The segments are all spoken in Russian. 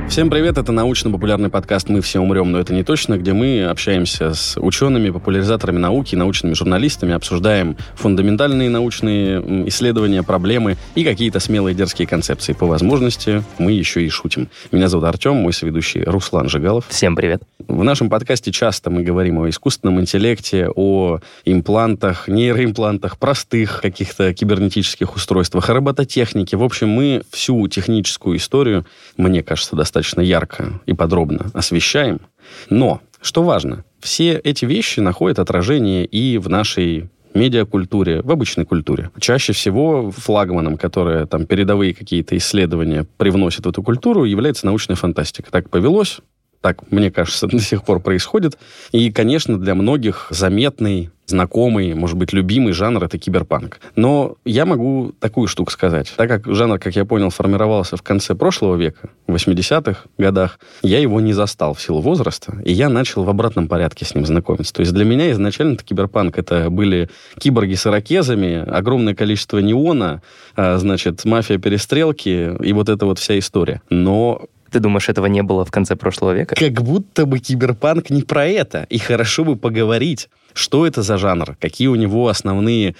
Всем привет, это научно-популярный подкаст «Мы все умрем, но это не точно», где мы общаемся с учеными, популяризаторами науки, научными журналистами, обсуждаем фундаментальные научные исследования, проблемы и какие-то смелые дерзкие концепции. По возможности мы еще и шутим. Меня зовут Артем, мой соведущий Руслан Жигалов. Всем привет. В нашем подкасте часто мы говорим о искусственном интеллекте, о имплантах, нейроимплантах, простых каких-то кибернетических устройствах, о робототехнике. В общем, мы всю техническую историю, мне кажется, достаточно ярко и подробно освещаем. Но, что важно, все эти вещи находят отражение и в нашей медиакультуре, в обычной культуре. Чаще всего флагманом, которое там передовые какие-то исследования привносит в эту культуру, является научная фантастика. Так повелось, так, мне кажется, до сих пор происходит. И, конечно, для многих заметный, знакомый, может быть, любимый жанр — это киберпанк. Но я могу такую штуку сказать. Так как жанр, как я понял, формировался в конце прошлого века, в 80-х годах, я его не застал в силу возраста, и я начал в обратном порядке с ним знакомиться. То есть для меня изначально киберпанк — это были киборги с ирокезами, огромное количество неона, значит, мафия-перестрелки и вот эта вот вся история. Но... Ты думаешь, этого не было в конце прошлого века? Как будто бы киберпанк не про это. И хорошо бы поговорить, что это за жанр, какие у него основные,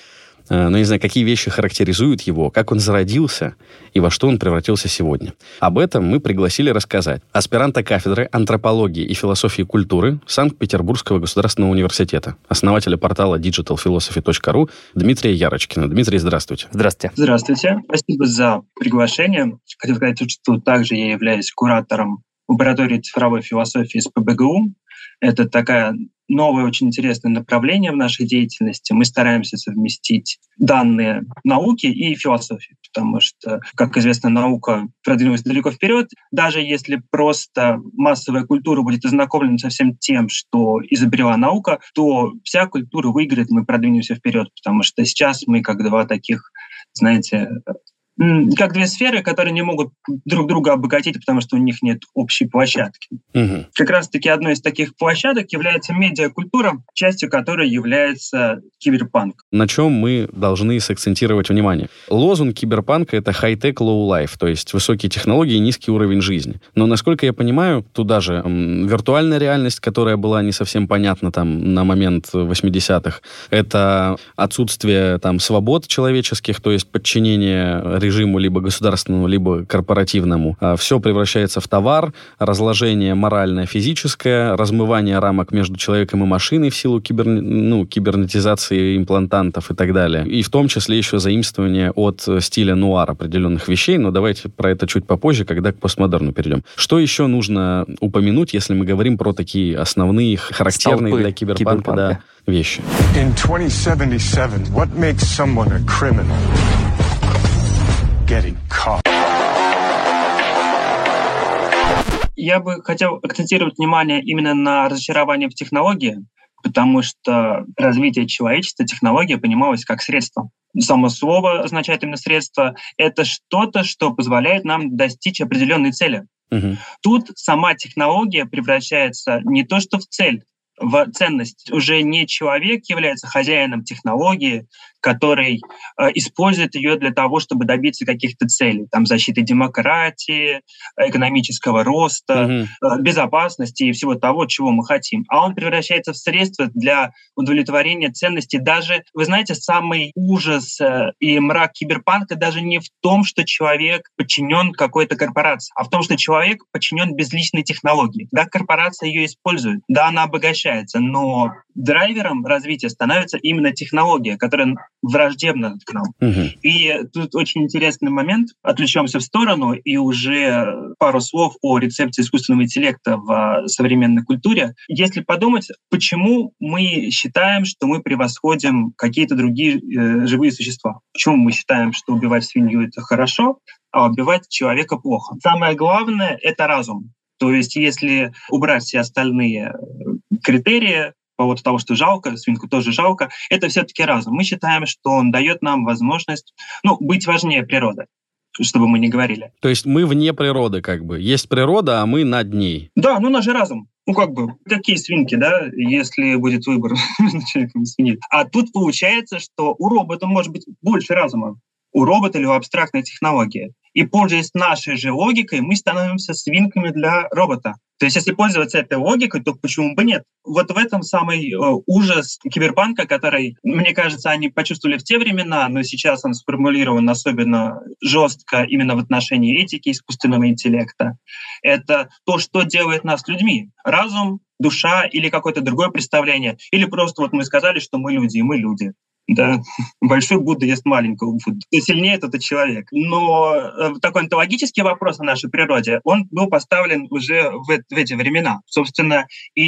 какие вещи характеризуют его, как он зародился и во что он превратился сегодня. Об этом мы пригласили рассказать аспиранта кафедры антропологии и философии культуры Санкт-Петербургского государственного университета, основателя портала digitalphilosophy.ru Дмитрия Ярочкина. Дмитрий, здравствуйте. Здравствуйте. Здравствуйте. Спасибо за приглашение. Хотел сказать, что также я являюсь куратором лаборатории цифровой философии СПбГУ. Это такая новое, очень интересное направление в нашей деятельности. Мы стараемся совместить данные науки и философии, потому что, как известно, наука продвинулась далеко вперед. Даже если просто массовая культура будет ознакомлена со всем тем, что изобрела наука, то вся культура выиграет, мы продвинемся вперед, потому что сейчас мы как два таких, как две сферы, которые не могут друг друга обогатить, потому что у них нет общей площадки. Угу. Как раз-таки одной из таких площадок является медиакультура, частью которой является киберпанк. На чем мы должны сакцентировать внимание? Лозунг киберпанка — это high-tech, low-life, то есть высокие технологии и низкий уровень жизни. Но, насколько я понимаю, туда же виртуальная реальность, которая была не совсем понятна там на момент 80-х, это отсутствие там свобод человеческих, то есть подчинение режиму либо государственному, либо корпоративному. Все превращается в товар, разложение моральное, физическое, размывание рамок между человеком и машиной в силу кибернетизации имплантантов и так далее. И в том числе еще заимствование от стиля нуар определенных вещей, но давайте про это чуть попозже, когда к постмодерну перейдем. Что еще нужно упомянуть, если мы говорим про такие основные, характерные для киберпанка вещи? In 2077, what makes someone a criminal? Getting caught. Я бы хотел акцентировать внимание именно на разочаровании в технологии, потому что развитие человечества, технология понималась как средство. Само слово означает именно средство. Это что-то, что позволяет нам достичь определенной цели. Угу. Тут сама технология превращается не то что в цель, в ценность. Уже не человек является хозяином технологии, который использует ее для того, чтобы добиться каких-то целей, там, защиты демократии, экономического роста, безопасности и всего того, чего мы хотим. А он превращается в средство для удовлетворения ценностей. Даже, вы знаете, самый ужас и мрак киберпанка даже не в том, что человек подчинен какой-то корпорации, а в том, что человек подчинен безличной технологии. Да, корпорация ее использует, да, она обогащается, но драйвером развития становится именно технология, которая враждебна к нам. И тут очень интересный момент. Отвлечемся в сторону и уже пару слов о рецепции искусственного интеллекта в современной культуре. Если подумать, почему мы считаем, что мы превосходим какие-то другие живые существа? Почему мы считаем, что убивать свинью — это хорошо, а убивать человека плохо? Самое главное — это разум. То есть если убрать все остальные критерии, по поводу того, что жалко, свинку тоже жалко, это все-таки разум. Мы считаем, что он дает нам возможность быть важнее природы, чтобы мы не говорили. То есть мы вне природы как бы. Есть природа, а мы над ней. Да, наш же разум. Какие свинки, да, если будет выбор человеком и свиньей. А тут получается, что у робота может быть больше разума. У робота или у абстрактной технологии. и, пользуясь нашей же логикой, мы становимся свинками для робота. То есть если пользоваться этой логикой, то почему бы нет? Вот в этом самый ужас киберпанка, который, мне кажется, они почувствовали в те времена, но сейчас он сформулирован особенно жестко именно в отношении этики искусственного интеллекта. Это то, что делает нас людьми. Разум, душа или какое-то другое представление. Или просто вот мы сказали, что мы люди, и мы люди. Да, большой Будда ест маленького Будду. Кто сильнее, тот и человек. Но такой онтологический вопрос о нашей природе, он был поставлен уже в эти времена. Собственно,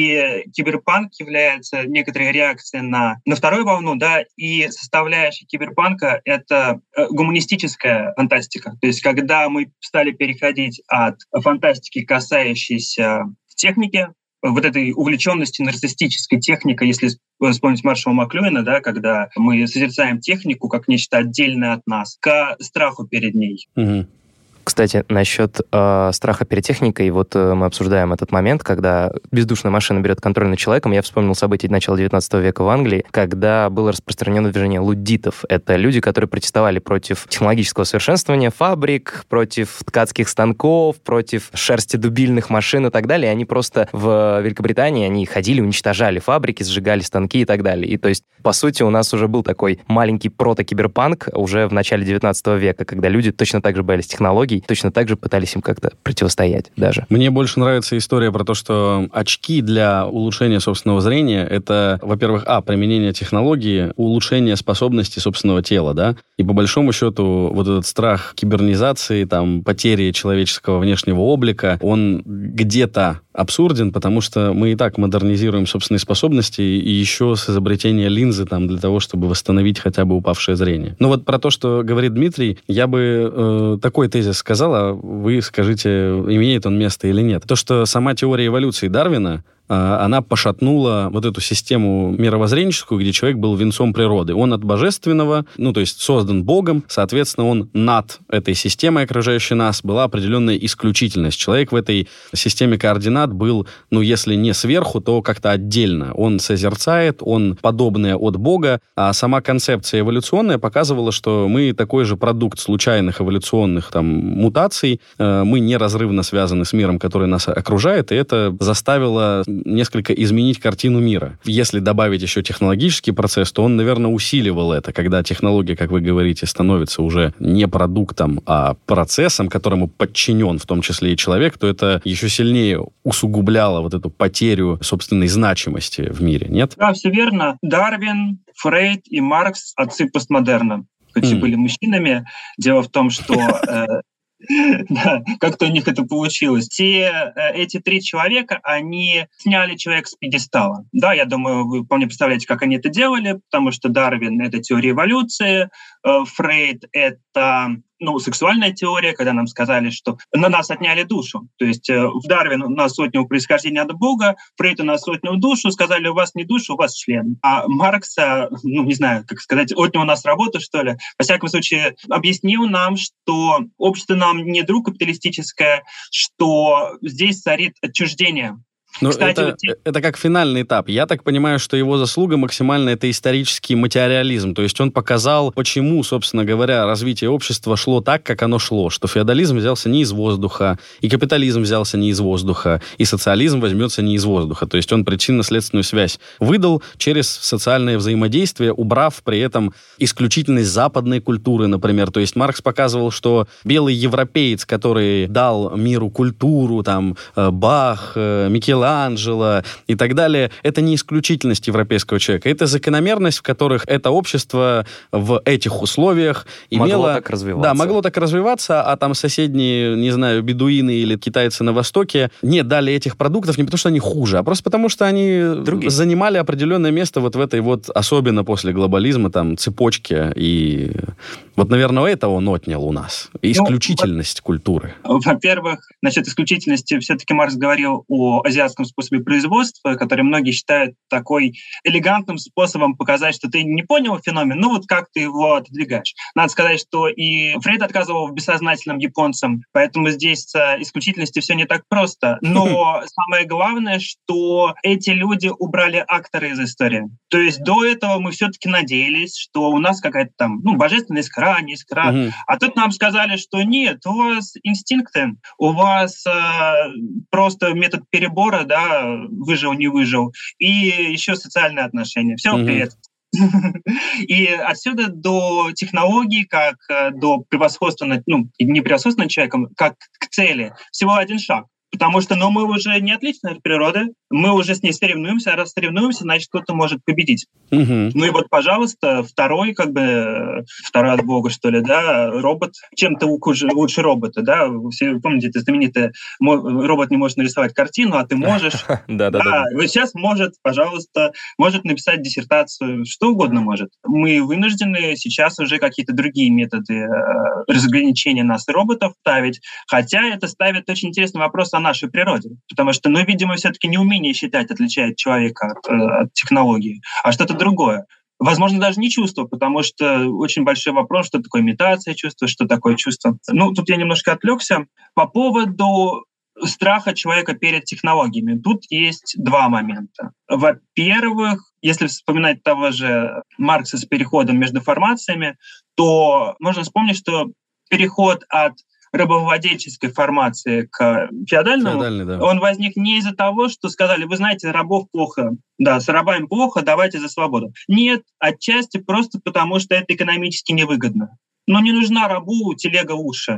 и киберпанк является некоторой реакцией на вторую волну, да, и составляющая киберпанка — это гуманистическая фантастика. То есть когда мы стали переходить от фантастики, касающейся техники, вот этой увлеченности нарциссической техникой, если вспомнить Маршала Маклюэна, да, когда мы созерцаем технику как нечто отдельное от нас, к страху перед ней. Угу. Кстати, насчет страха перед техникой, вот мы обсуждаем этот момент, когда бездушная машина берет контроль над человеком. Я вспомнил события начала 19 века в Англии, когда было распространено движение луддитов. Это люди, которые протестовали против технологического совершенствования фабрик, против ткацких станков, против шерстедубильных машин и так далее. И они просто в Великобритании они ходили, уничтожали фабрики, сжигали станки и так далее. И то есть, по сути, у нас уже был такой маленький прото-киберпанк уже в начале 19 века, когда люди точно так же боялись технологий, точно так же пытались им как-то противостоять даже. Мне больше нравится история про то, что очки для улучшения собственного зрения — это, во-первых, применение технологии, улучшение способностей собственного тела, да, и по большому счету вот этот страх кибернизации, там, потери человеческого внешнего облика, он где-то абсурден, потому что мы и так модернизируем собственные способности, и еще с изобретения линзы там, для того, чтобы восстановить хотя бы упавшее зрение. Но вот про то, что говорит Дмитрий, я бы такой тезис сказал, а вы скажите, имеет он место или нет. То, что сама теория эволюции Дарвина, она пошатнула вот эту систему мировоззренческую, где человек был венцом природы. Он от божественного, то есть создан Богом, соответственно, он над этой системой, окружающей нас, была определенная исключительность. Человек в этой системе координат был, если не сверху, то как-то отдельно. Он созерцает, он подобное от Бога, а сама концепция эволюционная показывала, что мы такой же продукт случайных эволюционных мутаций, мы неразрывно связаны с миром, который нас окружает, и это заставило несколько изменить картину мира. Если добавить еще технологический процесс, то он, наверное, усиливал это, когда технология, как вы говорите, становится уже не продуктом, а процессом, которому подчинен в том числе и человек, то это еще сильнее усугубляло вот эту потерю собственной значимости в мире, нет? Да, все верно. Дарвин, Фрейд и Маркс — отцы постмодерна. Хоть и были мужчинами, дело в том, что... Да, как-то у них это получилось. Эти три человека, они сняли человека с пьедестала. Да, я думаю, вы вполне представляете, как они это делали, потому что Дарвин — это теория эволюции, Фрейд — это сексуальная теория, когда нам сказали, что на нас отняли душу. То есть в Дарвин у нас отнял происхождение от Бога, Фрейд у нас отнял душу, сказали, у вас не душа, у вас член. А Маркса, не знаю, как сказать, отнял у нас работу, что ли. Во всяком случае, объяснил нам, что общество нам не друг капиталистическое, что здесь царит отчуждение. Кстати, это как финальный этап. Я так понимаю, что его заслуга максимально это исторический материализм. То есть он показал, почему, собственно говоря, развитие общества шло так, как оно шло. Что феодализм взялся не из воздуха, и капитализм взялся не из воздуха, и социализм возьмется не из воздуха. То есть он причинно-следственную связь выдал через социальное взаимодействие, убрав при этом исключительность западной культуры, например. То есть Маркс показывал, что белый европеец, который дал миру культуру, Бах, Микеланджело и так далее, это не исключительность европейского человека, это закономерность, в которых это общество в этих условиях имело... Могло так развиваться. Да, могло так развиваться, а соседние, не знаю, бедуины или китайцы на Востоке не дали этих продуктов не потому, что они хуже, а просто потому, что они занимали определенное место вот в этой особенно после глобализма, цепочке. И наверное, это он отнял у нас. Исключительность культуры. Во-первых, насчет исключительности, все-таки Маркс говорил о азиатском американском способе производства, который многие считают такой элегантным способом показать, что ты не понял феномен, ну вот как ты его отодвигаешь. Надо сказать, что и Фрейд отказывал в бессознательном японцам, поэтому здесь с исключительностью все не так просто. Но самое главное, что эти люди убрали актора из истории. То есть до этого мы все-таки надеялись, что у нас какая-то там божественная искра, не искра. А тут нам сказали, что нет, у вас инстинкты, у вас просто метод перебора, да, выжил, не выжил, и еще социальные отношения. Все, привет. И отсюда до технологий, как до превосходства, не превосходства над человеком, как к цели, всего один шаг. Потому что мы уже не отличны от природы, мы уже с ней соревнуемся, а раз соревнуемся, значит, кто-то может победить. Ну и вот, пожалуйста, второй от Бога, что ли, да, робот, чем-то лучше робота, да, все помните, это знаменитое, робот не может нарисовать картину, а ты можешь. Да. Вот сейчас может написать диссертацию, что угодно может. Мы вынуждены сейчас уже какие-то другие методы разграничения нас и роботов ставить, хотя это ставит очень интересный вопрос о нашей природе, потому что, видимо, все-таки неумение считать отличает человека от технологии, а что-то другое. Возможно, даже не чувство, потому что очень большой вопрос, что такое имитация чувства, что такое чувство. Тут я немножко отвлекся. По поводу страха человека перед технологиями. Тут есть два момента. Во-первых, если вспоминать того же Маркса с переходом между формациями, то можно вспомнить, что переход от рабовладельческой формации к феодальному, да. Он возник не из-за того, что сказали, вы знаете, рабов плохо, да, с рабами плохо, давайте за свободу. Нет, отчасти просто потому, что это экономически невыгодно. Не нужна рабу телега лучше.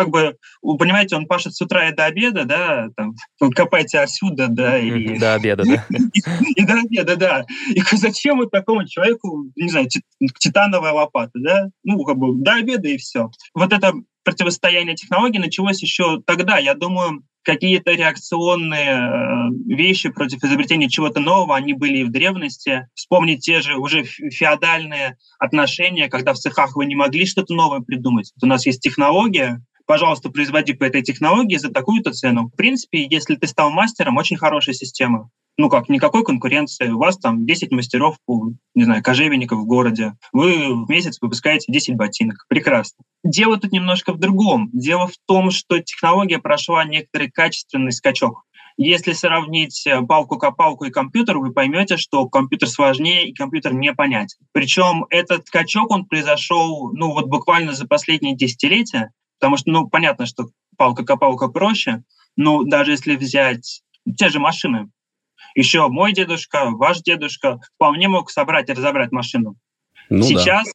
Понимаете, он пашет с утра и до обеда, да, копайте отсюда, да. И до обеда, да. И до обеда, да. И зачем вот такому человеку, не знаю, титановая лопата, да? До обеда и все. Вот это противостояние технологий началось еще тогда. Я думаю, какие-то реакционные вещи против изобретения чего-то нового, они были и в древности. Вспомнить те же уже феодальные отношения, когда в цехах вы не могли что-то новое придумать. Вот у нас есть технология, пожалуйста, производи по этой технологии за такую-то цену. В принципе, если ты стал мастером, очень хорошая система. Никакой конкуренции. У вас там 10 мастеров, кожевенников в городе. Вы в месяц выпускаете 10 ботинок. Прекрасно. Дело тут немножко в другом. Дело в том, что технология прошла некоторый качественный скачок. Если сравнить палку-копалку и компьютер, вы поймете, что компьютер сложнее и компьютер непонятен. Причем этот скачок, он произошел буквально за последние десятилетия, потому что, понятно, что палка-копалка проще, но даже если взять те же машины, еще мой дедушка, ваш дедушка вполне мог собрать и разобрать машину. Сейчас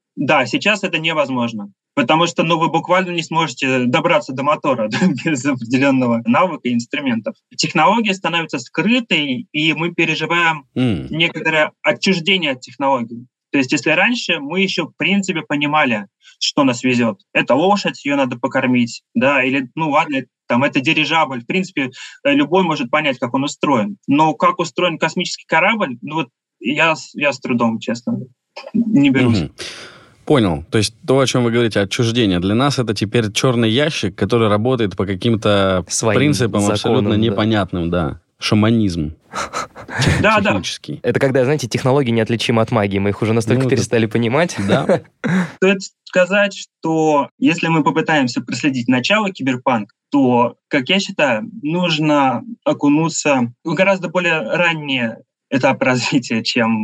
это невозможно, потому что вы буквально не сможете добраться до мотора без определенного навыка и инструментов. Технология становится скрытой, и мы переживаем некоторое отчуждение от технологий. То есть если раньше мы еще в принципе понимали, что нас везет. Это лошадь, ее надо покормить, да, или, это дирижабль. В принципе, любой может понять, как он устроен. Но как устроен космический корабль, я с трудом, честно, не берусь. Понял. То есть то, о чем вы говорите, отчуждение, для нас это теперь черный ящик, который работает по каким-то принципам законам, абсолютно непонятным, да. Шаманизм. Да. Это когда, знаете, технологии неотличимы от магии. Мы их уже настолько перестали понимать. Да. Стоит сказать, что если мы попытаемся проследить начало киберпанка, то, как я считаю, нужно окунуться в гораздо более ранний этап развития, чем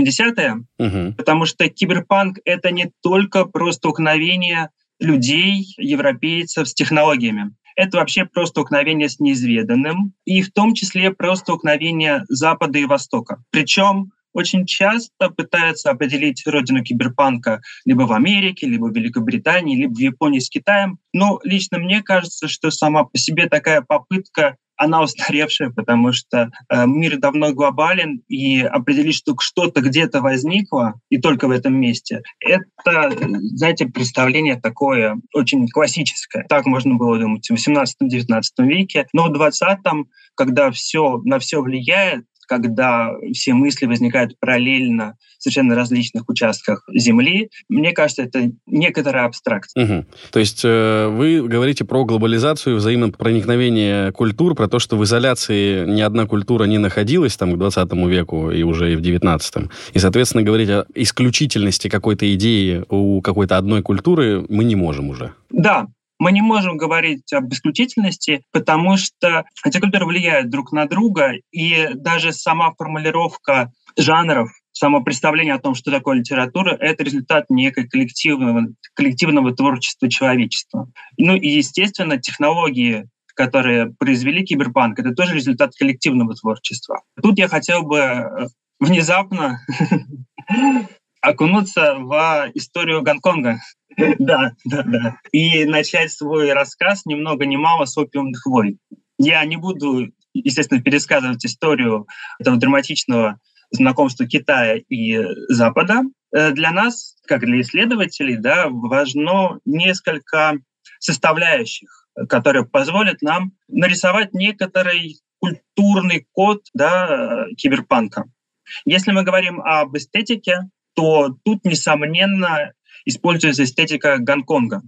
80-е, потому что киберпанк — это не только про столкновение людей, европейцев с технологиями. Это вообще про столкновение с неизведанным, и в том числе про столкновение Запада и Востока. Причем очень часто пытаются определить родину киберпанка либо в Америке, либо в Великобритании, либо в Японии с Китаем. Но лично мне кажется, что сама по себе такая попытка, она устаревшая, потому что мир давно глобален, и определить, что что-то где-то возникло, и только в этом месте, это, знаете, представление такое очень классическое. Так можно было думать в 18-19 веке. Но в 20-м, когда на все влияет, когда все мысли возникают параллельно в совершенно различных участках Земли, мне кажется, это некоторая абстракция. Угу. То есть вы говорите про глобализацию, взаимопроникновение культур, про то, что в изоляции ни одна культура не находилась там, к 20 веку и уже и в 19-м. И, соответственно, говорить о исключительности какой-то идеи у какой-то одной культуры мы не можем уже. Да. Мы не можем говорить об исключительности, потому что эти культуры влияют друг на друга, и даже сама формулировка жанров, само представление о том, что такое литература, это результат некой коллективного творчества человечества. Ну и, естественно, технологии, которые произвели киберпанк, это тоже результат коллективного творчества. Тут я хотел бы внезапно окунуться в историю Гонконга. Да. И начать свой рассказ ни много ни мало с «Опиумных войн». Я не буду, естественно, пересказывать историю этого драматичного знакомства Китая и Запада. Для нас, как для исследователей, важно несколько составляющих, которые позволят нам нарисовать некоторый культурный код киберпанка. Если мы говорим об эстетике, то тут, несомненно, используется эстетика Гонконга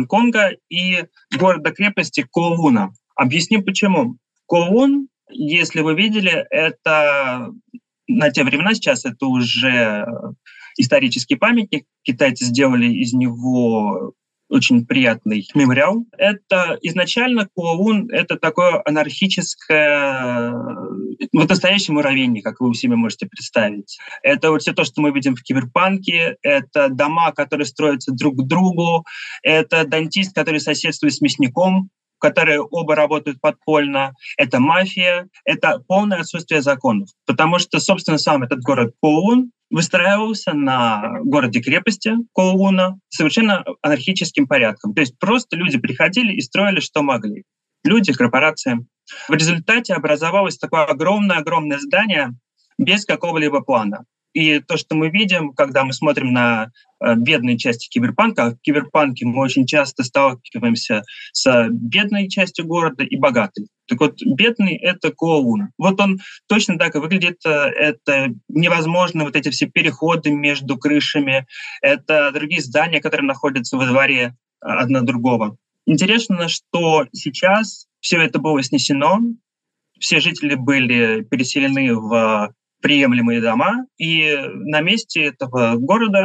и города-крепости Коулуна. Объясню почему. Коулун, если вы видели, это на те времена, сейчас это уже исторический памятник. Китайцы сделали из него очень приятный мемориал. Это изначально Коулун — это такое анархическое, настоящий муравейник, как вы у себя можете представить. Это все то, что мы видим в киберпанке. Это дома, которые строятся друг к другу. Это дантист, который соседствует с мясником, которые оба работают подпольно. Это мафия. Это полное отсутствие законов. Потому что, собственно, сам этот город Коулун выстраивался на городе-крепости Коулуна совершенно анархическим порядком. То есть просто люди приходили и строили, что могли. Люди, корпорации. В результате образовалось такое огромное здание без какого-либо плана. И то, что мы видим, когда мы смотрим на бедные части киберпанка, в киберпанке мы очень часто сталкиваемся с бедной частью города и богатой. Так вот, бедный — это Коулун. Вот он точно так и выглядит. Это невозможно, вот эти все переходы между крышами. Это другие здания, которые находятся во дворе одно другого. Интересно, что сейчас все это было снесено, все жители были переселены в приемлемые дома, и на месте этого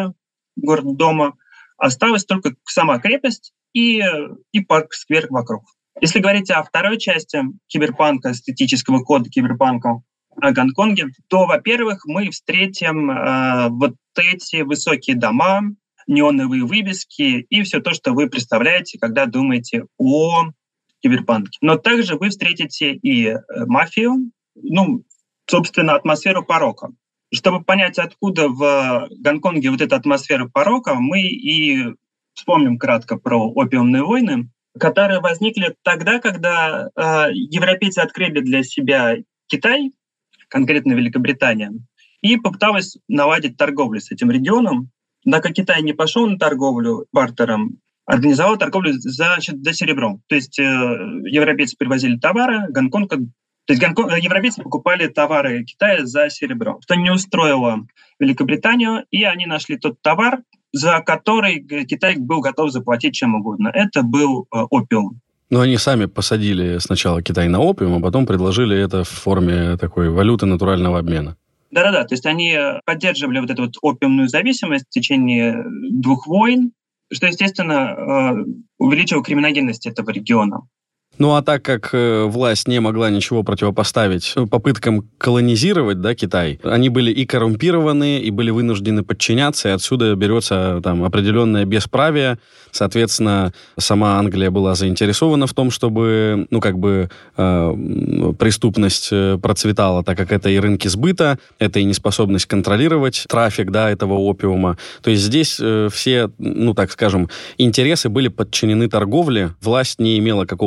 город-дома, осталась только сама крепость и парк-сквер вокруг. Если говорить о второй части киберпанка, эстетического кода киберпанка, о Гонконге, то, во-первых, мы встретим вот эти высокие дома, неоновые вывески и все то, что вы представляете, когда думаете о киберпанке. Но также вы встретите и мафию, собственно, атмосферу порока. Чтобы понять, откуда в Гонконге вот эта атмосфера порока, мы и вспомним кратко про опиумные войны, которые возникли тогда, когда европейцы открыли для себя Китай, конкретно Великобритания, и попыталась наладить торговлю с этим регионом. Так как Китай не пошел на торговлю бартером, организовал торговлю за серебром. То есть европейцы привозили товары, европейцы покупали товары Китая за серебро, что не устроило Великобританию, и они нашли тот товар, за который Китай был готов заплатить чем угодно. Это был опиум. Но они сами посадили сначала Китай на опиум, а потом предложили это в форме такой валюты натурального обмена. Да. То есть они поддерживали вот эту вот опиумную зависимость в течение 2 войн, что, естественно, увеличило криминогенность этого региона. Ну, а так как власть не могла ничего противопоставить попыткам колонизировать, Китай, они были и коррумпированы, и были вынуждены подчиняться, и отсюда берется там определенное бесправие. Соответственно, сама Англия была заинтересована в том, чтобы, преступность процветала, так как это и рынки сбыта, это и неспособность контролировать трафик, этого опиума. То есть здесь все, интересы были подчинены торговле, власть не имела какого-то контроля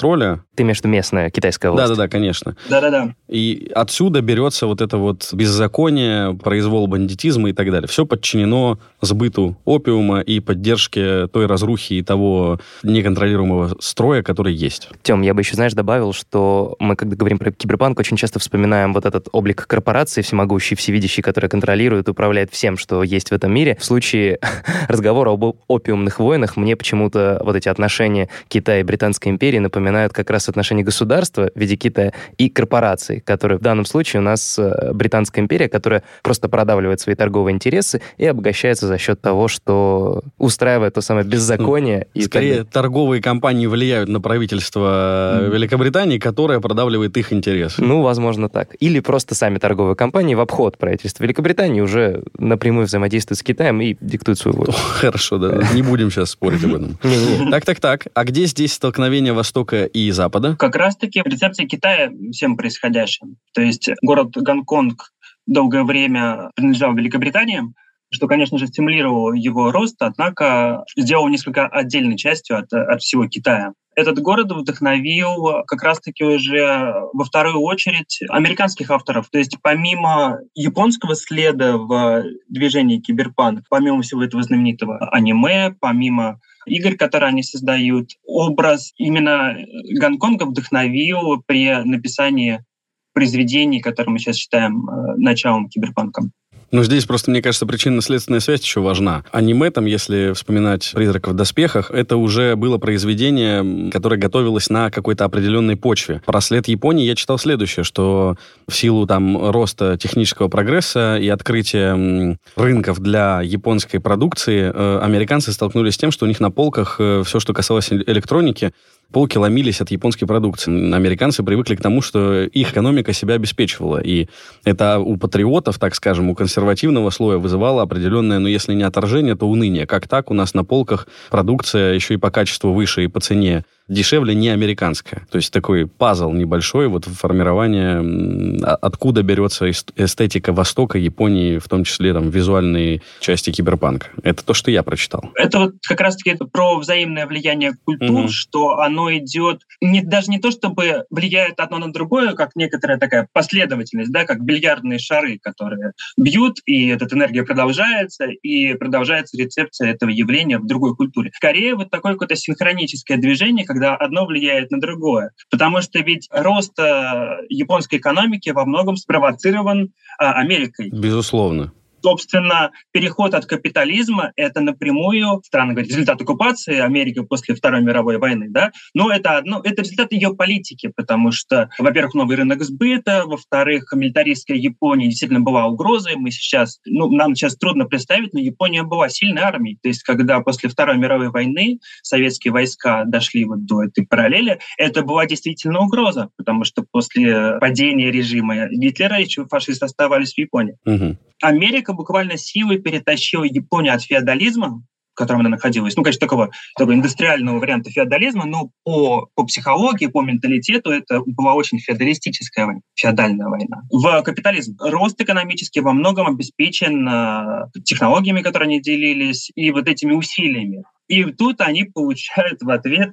контроля. Ты имеешь в виду местная китайская власть? Да-да-да, конечно. Да-да-да. И отсюда берется вот это вот беззаконие, произвол бандитизма и так далее. Все подчинено сбыту опиума и поддержке той разрухи и того неконтролируемого строя, который есть. Тем, я бы еще, знаешь, добавил, что мы, когда говорим про киберпанк, очень часто вспоминаем вот этот облик корпорации всемогущей, всевидящей, которая контролирует, управляет всем, что есть в этом мире. В случае разговора об опиумных войнах мне почему-то вот эти отношения Китая и Британской империи напоминают как раз отношения государства в виде Китая и корпораций, которые в данном случае у нас Британская империя, которая просто продавливает свои торговые интересы и обогащается за счет того, что устраивает то самое беззаконие. Скорее, торговые компании влияют на правительство Великобритании, которое продавливает их интересы. Ну, возможно, так. Или просто сами торговые компании в обход правительства Великобритании уже напрямую взаимодействуют с Китаем и диктуют свою волю. Хорошо, да. Не будем сейчас спорить об этом. Так. А где здесь столкновение Востока и Запада? Как раз-таки рецепция Китая всем происходящим. То есть город Гонконг долгое время принадлежал Великобритании, что, конечно же, стимулировало его рост, однако сделал несколько отдельной частью от всего Китая. Этот город вдохновил как раз-таки уже во вторую очередь американских авторов. То есть помимо японского следа в движении киберпанк, помимо всего этого знаменитого аниме, помимо игр, которые они создают, образ именно Гонконга вдохновил при написании произведений, которые мы сейчас считаем началом киберпанка. Но здесь просто, мне кажется, причинно-следственная связь еще важна. Аниме, там, если вспоминать «Призраков в доспехах», это уже было произведение, которое готовилось на какой-то определенной почве. Про след Японии я читал следующее, что в силу там роста технического прогресса и открытия рынков для японской продукции, американцы столкнулись с тем, что у них на полках все, что касалось электроники, полки ломились от японской продукции. Американцы привыкли к тому, что их экономика себя обеспечивала. И это у патриотов, так скажем, у консервативного слоя вызывало определенное, ну, если не отторжение, то уныние. Как так? У нас на полках продукция еще и по качеству выше, и по цене дешевле, не американская. То есть такой пазл небольшой, вот формирование, откуда берется эстетика Востока, Японии, в том числе там визуальные части киберпанка. Это то, что я прочитал. Это вот как раз-таки про взаимное влияние культур, что оно идет даже не то, чтобы влияет одно на другое, как некоторая такая последовательность, да, как бильярдные шары, которые бьют, и эта энергия продолжается, и продолжается рецепция этого явления в другой культуре. Скорее, вот такое какое-то синхроническое движение, когда одно влияет на другое. Потому что ведь рост японской экономики во многом спровоцирован Америкой. Безусловно. Собственно, переход от капитализма — это напрямую, странно говорить, результат оккупации Америки после Второй мировой войны, да? Но это результат ее политики, потому что, во-первых, новый рынок сбыта, во-вторых, милитаристская Япония действительно была угрозой. Нам сейчас трудно представить, но Япония была сильной армией. То есть, когда после Второй мировой войны советские войска дошли вот до этой параллели, это была действительно угроза, потому что после падения режима Гитлера еще фашисты оставались в Японии. Америка буквально силой перетащила Японию от феодализма, в котором она находилась, конечно, такого индустриального варианта феодализма, но по психологии, по менталитету это была очень феодалистическая война, феодальная война. В капитализм рост экономический во многом обеспечен технологиями, которые они делились, и вот этими усилиями. И тут они получают в ответ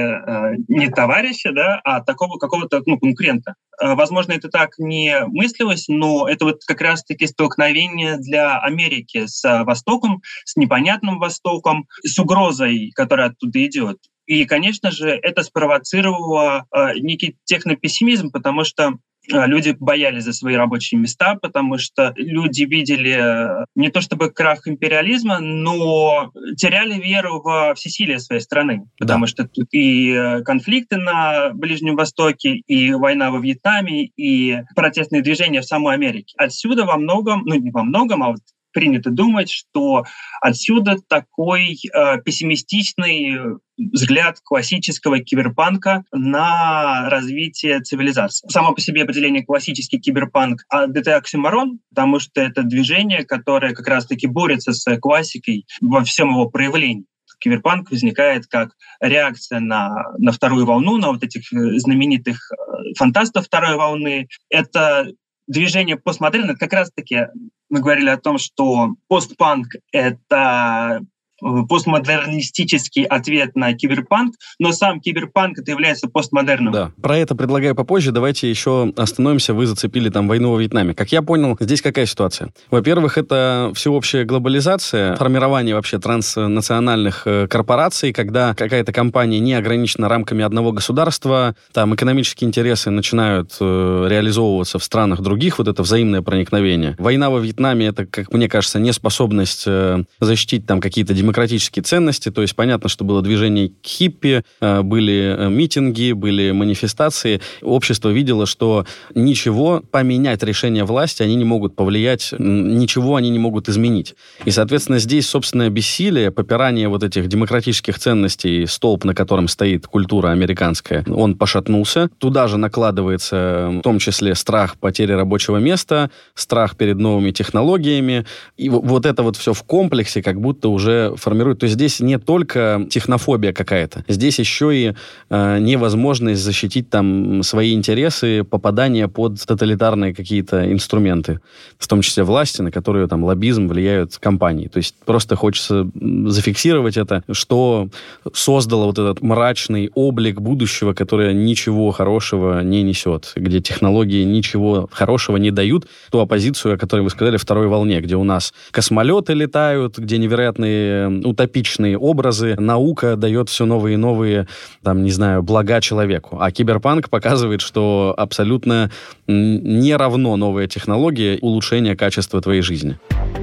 не товарища, да, а такого какого-то конкурента. Возможно, это так не мыслилось, но это вот как раз-таки столкновение для Америки с Востоком, с непонятным Востоком, с угрозой, которая оттуда идет. И, конечно же, это спровоцировало некий технопессимизм, потому что люди боялись за свои рабочие места, потому что люди видели не то чтобы крах империализма, но теряли веру во всесилие своей страны. Потому что тут и конфликты на Ближнем Востоке, и война во Вьетнаме, и протестные движения в самой Америке. Отсюда во многом, не во многом, а вот принято думать, что отсюда такой пессимистичный взгляд классического киберпанка на развитие цивилизации. Само по себе определение классический киберпанк — это оксюморон, потому что это движение, которое как раз-таки борется с классикой во всем его проявлении. Киберпанк возникает как реакция на вторую волну, на вот этих знаменитых фантастов второй волны. Это движение постмодерна, как раз-таки мы говорили о том, что постпанк — это постмодернистический ответ на киберпанк, но сам киберпанк это является постмодерном. Да, про это предлагаю попозже. Давайте еще остановимся. Вы зацепили там войну во Вьетнаме. Как я понял, здесь какая ситуация? Во-первых, это всеобщая глобализация, формирование вообще транснациональных корпораций, когда какая-то компания не ограничена рамками одного государства, там экономические интересы начинают реализовываться в странах других, вот это взаимное проникновение. Война во Вьетнаме, это, как мне кажется, неспособность защитить там какие-то демократические ценности, то есть понятно, что было движение к хиппи, были митинги, были манифестации. Общество видело, что ничего поменять решение власти они не могут повлиять, ничего они не могут изменить. И, соответственно, здесь собственное бессилие, попирание вот этих демократических ценностей, столб, на котором стоит культура американская, он пошатнулся. Туда же накладывается в том числе страх потери рабочего места, страх перед новыми технологиями. И вот это вот все в комплексе как будто уже формирует. То есть здесь не только технофобия какая-то, здесь еще и невозможность защитить там свои интересы, попадание под тоталитарные какие-то инструменты, в том числе власти, на которые там лоббизм влияют компании. То есть просто хочется зафиксировать это, что создало вот этот мрачный облик будущего, которое ничего хорошего не несет, где технологии ничего хорошего не дают, ту оппозицию, о которой вы сказали, второй волне, где у нас космолеты летают, где невероятные утопичные образы, наука дает все новые и новые, там, не знаю, блага человеку. А киберпанк показывает, что абсолютно не равно новая технология улучшения качества твоей жизни.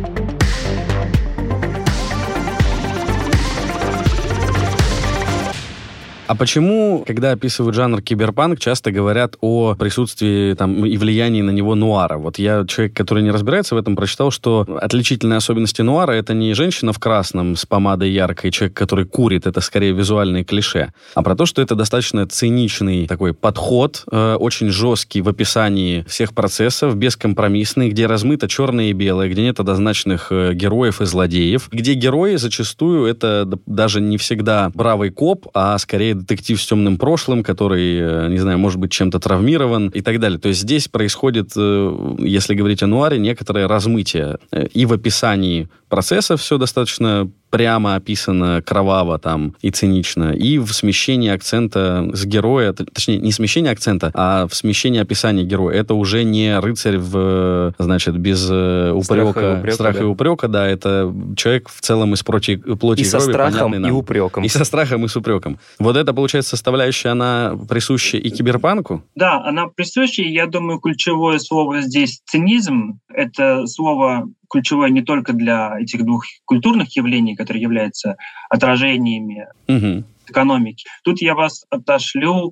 А почему, когда описывают жанр киберпанк, часто говорят о присутствии там, и влиянии на него нуара? Вот я, человек, который не разбирается в этом, прочитал, что отличительные особенности нуара — это не женщина в красном с помадой яркой, человек, который курит, это скорее визуальные клише, а про то, что это достаточно циничный такой подход, очень жесткий в описании всех процессов, бескомпромиссный, где размыто черное и белое, где нет однозначных героев и злодеев, где герои зачастую это даже не всегда бравый коп, а скорее детектив с темным прошлым, который, не знаю, может быть, чем-то травмирован и так далее. То есть здесь происходит, если говорить о нуаре, некоторое размытие. И в описании процессов все достаточно прямо описано, кроваво там и цинично, и в смещении акцента с героя, точнее, не смещение акцента, а в смещении описания героя. Это уже не рыцарь значит, без упрека, страха и упрека, да, это человек в целом из плоти и крови. И со страхом, и упреком. И со страхом, и с упреком. Вот это, получается, составляющая, она присуща и киберпанку? Да, она присуща, и я думаю, ключевое слово здесь цинизм. Это слово ключевое не только для этих двух культурных явлений, которые являются отражениями экономики. Тут я вас отошлю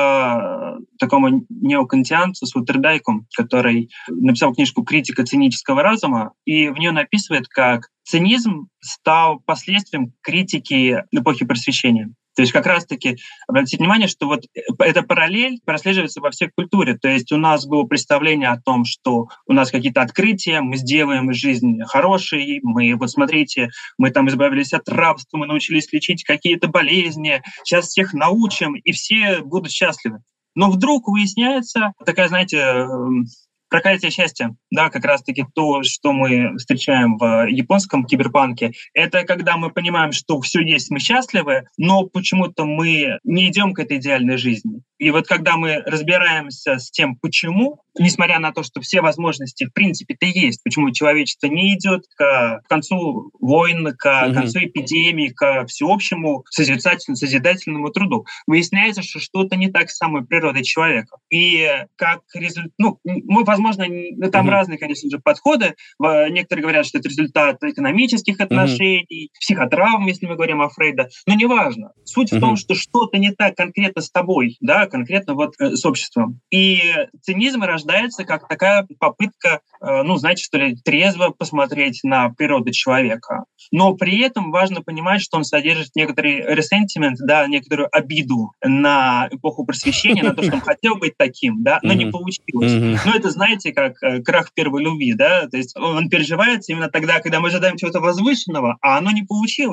к такому неокантианцу Слотerdайку, который написал книжку «Критика цинического разума», и в нее написывает, как цинизм стал последствием критики эпохи Просвещения. То есть как раз-таки обратите внимание, что вот эта параллель прослеживается во всей культуре. То есть у нас было представление о том, что у нас какие-то открытия, мы сделаем жизнь хорошей, мы, вот смотрите, мы там избавились от рабства, мы научились лечить какие-то болезни, сейчас всех научим, и все будут счастливы. Но вдруг выясняется такая, знаете, проклятие счастья, да, как раз-таки то, что мы встречаем в японском киберпанке, это когда мы понимаем, что все есть, мы счастливы, но почему-то мы не идем к этой идеальной жизни. И вот когда мы разбираемся с тем, почему, несмотря на то, что все возможности в принципе-то есть, почему человечество не идет к концу войн, к концу эпидемии, к всеобщему созидательному труду, выясняется, что что-то не так с самой природой человека. И как результат, мы, возможно, там разные, конечно же, подходы. Некоторые говорят, что это результат экономических отношений, психотравм, если мы говорим о Фрейде, но неважно. Суть в том, что что-то не так конкретно с тобой, да, конкретно вот с обществом. И цинизм рождается как такая попытка, знаете, что ли, трезво посмотреть на природу человека. Но при этом важно понимать, что он содержит некоторый ресентимент, да, некоторую обиду на эпоху Просвещения, на то, что он хотел быть таким, да, но не получилось. Но это, знаете, как крах первой любви, да, то есть он переживается именно тогда, когда мы ожидаем чего-то возвышенного, а оно не получилось.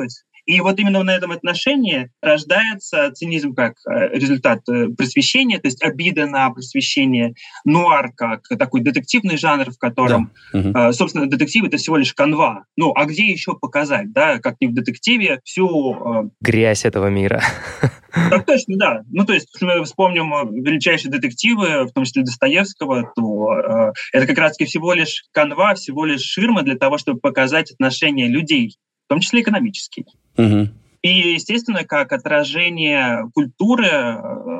И вот именно на этом отношении рождается цинизм как результат просвещения, то есть обида на просвещение, нуар как такой детективный жанр, в котором, собственно, детектив — это всего лишь канва. Ну, а где еще показать, да, как не в детективе, всю... грязь этого мира. Так точно, да. Ну, то есть, если мы вспомним величайшие детективы, в том числе Достоевского, то это как раз-таки всего лишь канва, всего лишь ширма для того, чтобы показать отношения людей, в том числе экономические. И, естественно, как отражение культуры,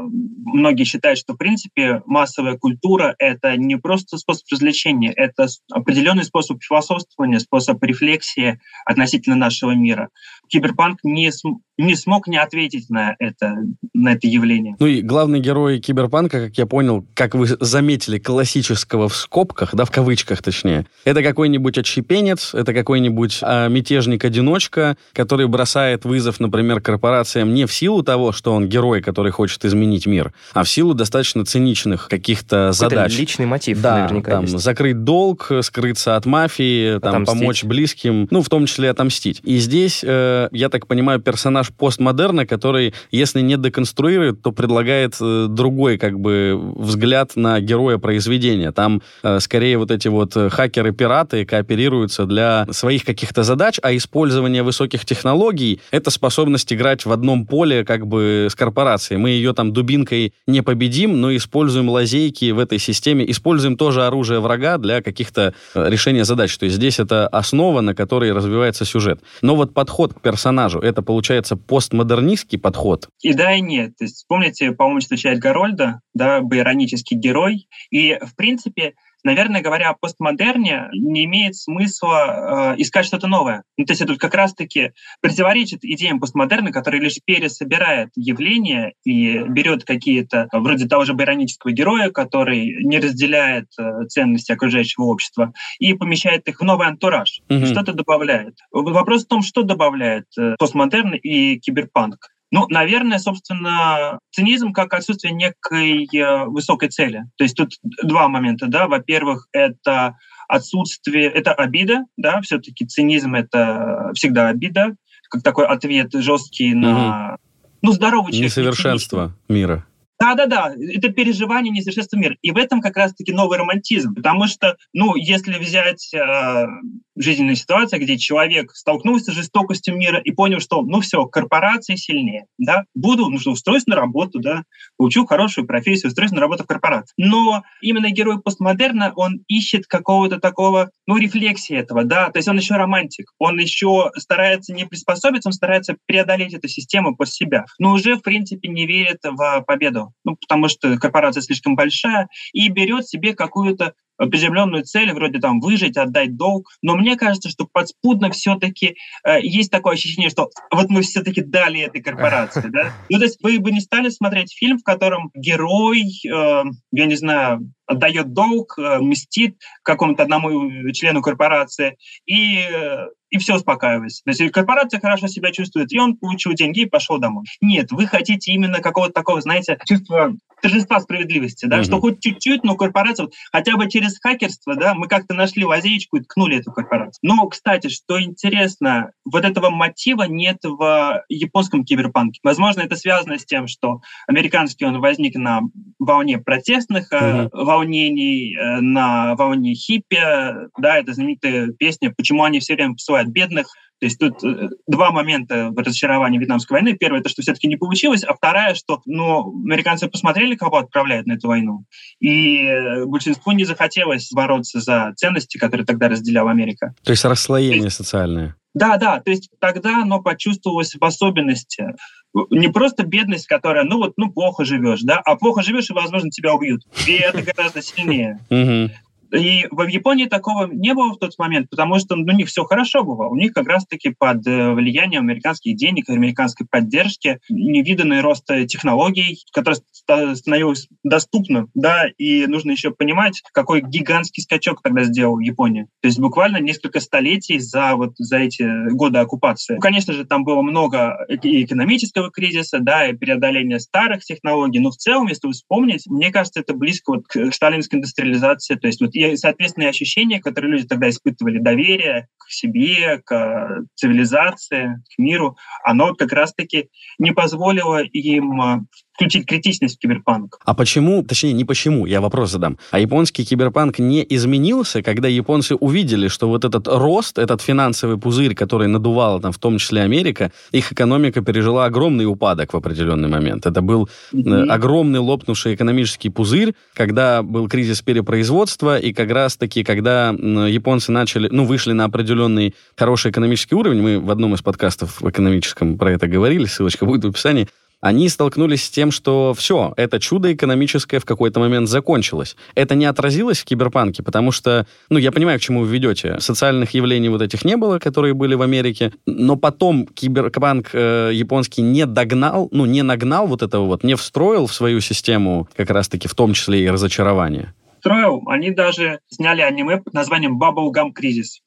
многие считают, что, в принципе, массовая культура — это не просто способ развлечения, это определенный способ философствования, способ рефлексии относительно нашего мира. Киберпанк не смог не ответить на это явление. Ну и главный герой Киберпанка, как я понял, как вы заметили, классического в скобках, да, в кавычках точнее, это какой-нибудь отщепенец, это какой-нибудь мятежник-одиночка, который бросает вызов, например, корпорациям не в силу того, что он герой, который хочет изменить мир, а в силу достаточно циничных каких-то задач. Личный мотив, да, наверняка там, есть. Закрыть долг, скрыться от мафии, там, помочь близким, ну, в том числе отомстить. И здесь, я так понимаю, персонаж постмодерна, который, если не деконструирует, то предлагает другой, как бы, взгляд на героя произведения. Там, скорее, вот эти вот хакеры-пираты кооперируются для своих каких-то задач, а использование высоких технологий — это способность играть в одном поле, как бы, с корпорацией. Мы ее там дубинкой не победим, но используем лазейки в этой системе, используем тоже оружие врага для каких-то решения задач. То есть здесь это основа, на которой развивается сюжет. Но вот подход к персонажу, это, получается, постмодернистский подход? И да, и нет. То есть, вспомните, по-моему, что Чайльд Гарольда, да, байронический герой. И, в принципе, наверное, говоря о постмодерне, не имеет смысла искать что-то новое. Ну, то есть это как раз-таки противоречит идеям постмодерна, который лишь пересобирает явления и берет какие-то, вроде того же байронического героя, который не разделяет ценности окружающего общества, и помещает их в новый антураж. Что-то добавляет. Вопрос в том, что добавляет постмодерн и киберпанк. Ну, наверное, собственно, цинизм как отсутствие некой высокой цели. То есть тут два момента, да. Во-первых, это отсутствие, это обида, да, все-таки цинизм — это всегда обида, как такой ответ жесткий на, здоровый человек. Несовершенство мира. Да, это переживание несовершенства мира. И в этом как раз-таки новый романтизм. Потому что, если взять жизненную ситуацию, где человек столкнулся с жестокостью мира и понял, что, все, корпорации сильнее, да, устроюсь на работу, да, получу хорошую профессию, устроюсь на работу в корпорации. Но именно герой постмодерна, он ищет какого-то такого, рефлексии этого, да, то есть он еще романтик, он еще старается не приспособиться, он старается преодолеть эту систему под себя, но уже, в принципе, не верит в победу. Потому что корпорация слишком большая, и берет себе какую-то приземленную цель, вроде там выжить, отдать долг. Но мне кажется, что подспудно все-таки есть такое ощущение, что вот мы все-таки дали этой корпорации. Да? То есть вы бы не стали смотреть фильм, в котором герой, отдает долг, мстит какому-то одному члену корпорации, и все успокаивается. То есть корпорация хорошо себя чувствует, и он получил деньги и пошел домой. Нет, вы хотите именно какого-то такого, чувства торжества справедливости, да, что хоть чуть-чуть, но корпорация, хотя бы через хакерство, да, мы как-то нашли лазеечку и ткнули эту корпорацию. Но, кстати, что интересно, вот этого мотива нет в японском киберпанке. Возможно, это связано с тем, что американский он возник на волне протестных волнений, на волне хиппи, да, это знаменитая песня «Почему они все время посылают бедных». То есть тут два момента разочарования Вьетнамской войны. Первое, это что все-таки не получилось, а второе, что американцы посмотрели, кого отправляют на эту войну, и большинству не захотелось бороться за ценности, которые тогда разделяла Америка. То есть расслоение социальное. Да, то есть тогда оно почувствовалось в особенности. Не просто бедность, которая, плохо живешь, да, а плохо живешь, и, возможно, тебя убьют. И это гораздо сильнее. И в Японии такого не было в тот момент, потому что у них все хорошо было. У них как раз-таки под влиянием американских денег, американской поддержки, невиданный рост технологий, который становился доступным, да, и нужно еще понимать, какой гигантский скачок тогда сделала Япония. То есть буквально несколько столетий за эти годы оккупации. Конечно же, там было много и экономического кризиса, да, и преодоления старых технологий, но в целом, если вы вспомните, мне кажется, это близко к сталинской индустриализации, то есть и, соответственно, ощущения, которые люди тогда испытывали, доверие к себе, к цивилизации, к миру, оно как раз-таки не позволило им включить критичность в киберпанк. А почему, точнее, не почему, я вопрос задам. А японский киберпанк не изменился, когда японцы увидели, что вот этот рост, этот финансовый пузырь, который надувала там в том числе Америка, их экономика пережила огромный упадок в определенный момент. Это был огромный лопнувший экономический пузырь, когда был кризис перепроизводства, и как раз-таки, когда японцы начали, вышли на определенный хороший экономический уровень, мы в одном из подкастов в экономическом про это говорили, ссылочка будет в описании, они столкнулись с тем, что все, это чудо экономическое в какой-то момент закончилось. Это не отразилось в киберпанке, потому что, я понимаю, к чему вы ведете. Социальных явлений вот этих не было, которые были в Америке, но потом киберпанк японский не догнал, не нагнал вот этого вот, не встроил в свою систему как раз-таки в том числе и разочарование. Встроил. Они даже сняли аниме под названием Bubblegum Crisis.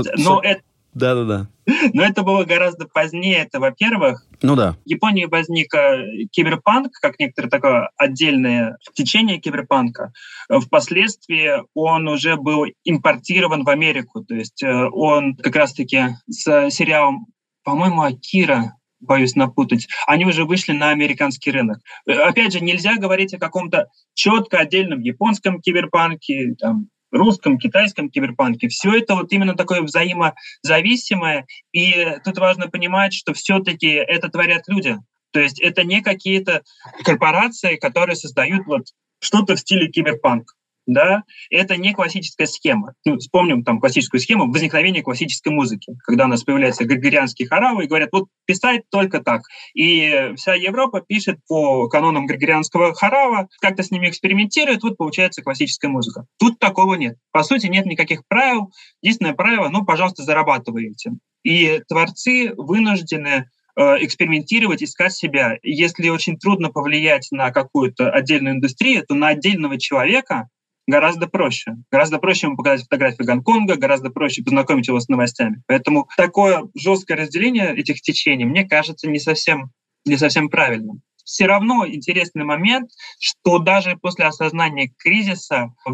Да-да-да. Но это было гораздо позднее. Это, во-первых, да. В Японии возник киберпанк, как некоторое такое отдельное течение киберпанка. Впоследствии он уже был импортирован в Америку. То есть он как раз-таки с сериалом, по-моему, «Акира», боюсь напутать, они уже вышли на американский рынок. Опять же, нельзя говорить о каком-то четко отдельном японском киберпанке, русском, китайском киберпанке. Все это вот именно такое взаимозависимое. И тут важно понимать, что все-таки это творят люди. То есть это не какие-то корпорации, которые создают вот что-то в стиле киберпанк. Да? Это не классическая схема. Вспомним классическую схему возникновения классической музыки, когда у нас появляются григорианские хоравы и говорят, вот писать только так. И вся Европа пишет по канонам григорианского хорава, как-то с ними экспериментирует, вот получается классическая музыка. Тут такого нет. По сути, нет никаких правил. Единственное правило, пожалуйста, зарабатывайте. И творцы вынуждены экспериментировать, искать себя. Если очень трудно повлиять на какую-то отдельную индустрию, то на отдельного человека гораздо проще. Гораздо проще ему показать фотографии Гонконга, гораздо проще познакомить его с новостями. Поэтому такое жесткое разделение этих течений, мне кажется, не совсем правильным. Все равно интересный момент, что даже после осознания кризиса в